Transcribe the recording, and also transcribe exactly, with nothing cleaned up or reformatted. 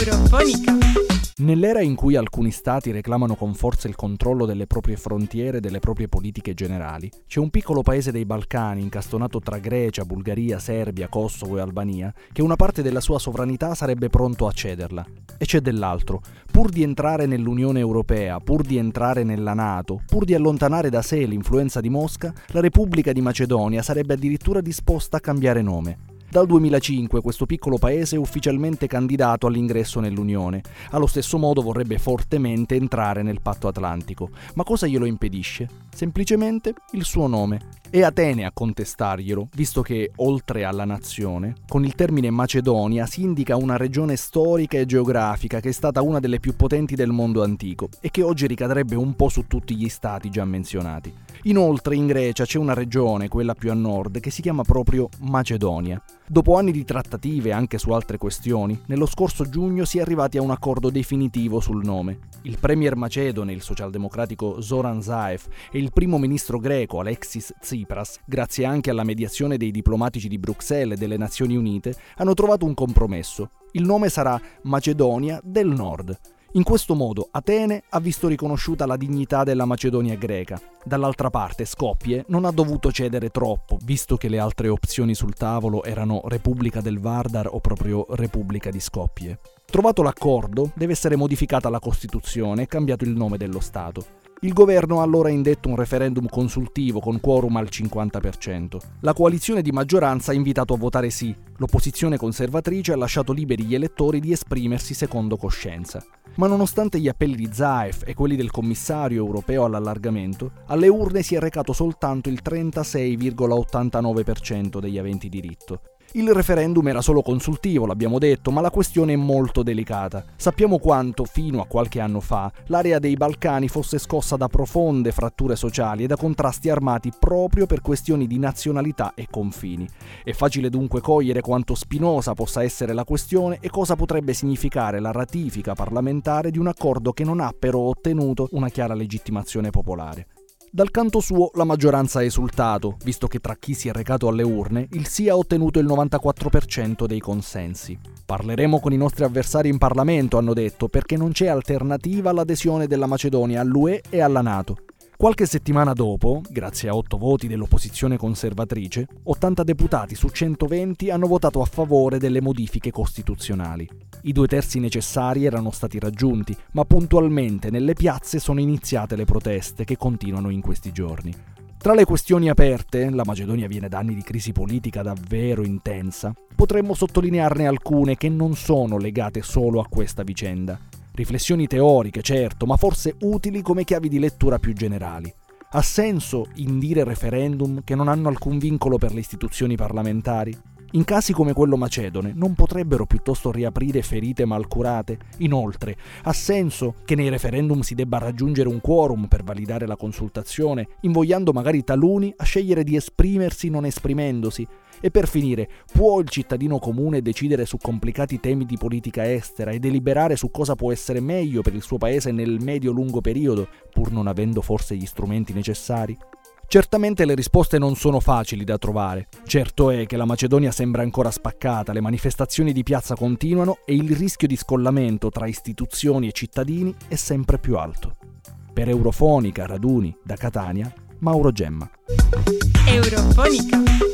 Eurofonica. Nell'era in cui alcuni stati reclamano con forza il controllo delle proprie frontiere e delle proprie politiche generali, c'è un piccolo paese dei Balcani, incastonato tra Grecia, Bulgaria, Serbia, Kosovo e Albania, che una parte della sua sovranità sarebbe pronto a cederla. E c'è dell'altro. Pur di entrare nell'Unione Europea, pur di entrare nella NATO, pur di allontanare da sé l'influenza di Mosca, la Repubblica di Macedonia sarebbe addirittura disposta a cambiare nome. Dal duemilacinque questo piccolo paese è ufficialmente candidato all'ingresso nell'Unione. Allo stesso modo vorrebbe fortemente entrare nel Patto Atlantico. Ma cosa glielo impedisce? Semplicemente il suo nome. È Atene a contestarglielo, visto che, oltre alla nazione, con il termine Macedonia si indica una regione storica e geografica che è stata una delle più potenti del mondo antico e che oggi ricadrebbe un po' su tutti gli stati già menzionati. Inoltre in Grecia c'è una regione, quella più a nord, che si chiama proprio Macedonia. Dopo anni di trattative anche su altre questioni, nello scorso giugno si è arrivati a un accordo definitivo sul nome. Il premier macedone, il socialdemocratico Zoran Zaev, e il primo ministro greco Alexis Tsipras, grazie anche alla mediazione dei diplomatici di Bruxelles e delle Nazioni Unite, hanno trovato un compromesso. Il nome sarà Macedonia del Nord. In questo modo Atene ha visto riconosciuta la dignità della Macedonia greca. Dall'altra parte Skopje non ha dovuto cedere troppo, visto che le altre opzioni sul tavolo erano Repubblica del Vardar o proprio Repubblica di Skopje. Trovato l'accordo, deve essere modificata la Costituzione e cambiato il nome dello Stato. Il governo ha allora indetto un referendum consultivo con quorum al cinquanta per cento. La coalizione di maggioranza ha invitato a votare sì. L'opposizione conservatrice ha lasciato liberi gli elettori di esprimersi secondo coscienza. Ma nonostante gli appelli di Zaev e quelli del commissario europeo all'allargamento, alle urne si è recato soltanto il trentasei virgola ottantanove per cento degli aventi diritto. Il referendum era solo consultivo, l'abbiamo detto, ma la questione è molto delicata. Sappiamo quanto, fino a qualche anno fa, l'area dei Balcani fosse scossa da profonde fratture sociali e da contrasti armati proprio per questioni di nazionalità e confini. È facile dunque cogliere quanto spinosa possa essere la questione e cosa potrebbe significare la ratifica parlamentare di un accordo che non ha però ottenuto una chiara legittimazione popolare. Dal canto suo la maggioranza ha esultato, visto che tra chi si è recato alle urne il sì ha ottenuto il novantaquattro per cento dei consensi. Parleremo con i nostri avversari in Parlamento, hanno detto, perché non c'è alternativa all'adesione della Macedonia all'U E e alla NATO. Qualche settimana dopo, grazie a otto voti dell'opposizione conservatrice, ottanta deputati su centoventi hanno votato a favore delle modifiche costituzionali. I due terzi necessari erano stati raggiunti, ma puntualmente nelle piazze sono iniziate le proteste che continuano in questi giorni. Tra le questioni aperte, la Macedonia viene da anni di crisi politica davvero intensa, potremmo sottolinearne alcune che non sono legate solo a questa vicenda. Riflessioni teoriche, certo, ma forse utili come chiavi di lettura più generali. Ha senso indire referendum che non hanno alcun vincolo per le istituzioni parlamentari? In casi come quello macedone, non potrebbero piuttosto riaprire ferite malcurate? Inoltre, ha senso che nei referendum si debba raggiungere un quorum per validare la consultazione, invogliando magari taluni a scegliere di esprimersi non esprimendosi? E per finire, può il cittadino comune decidere su complicati temi di politica estera e deliberare su cosa può essere meglio per il suo paese nel medio-lungo periodo, pur non avendo forse gli strumenti necessari? Certamente le risposte non sono facili da trovare. Certo è che la Macedonia sembra ancora spaccata, le manifestazioni di piazza continuano e il rischio di scollamento tra istituzioni e cittadini è sempre più alto. Per Eurofonica Raduni da Catania, Mauro Gemma. Eurofonica.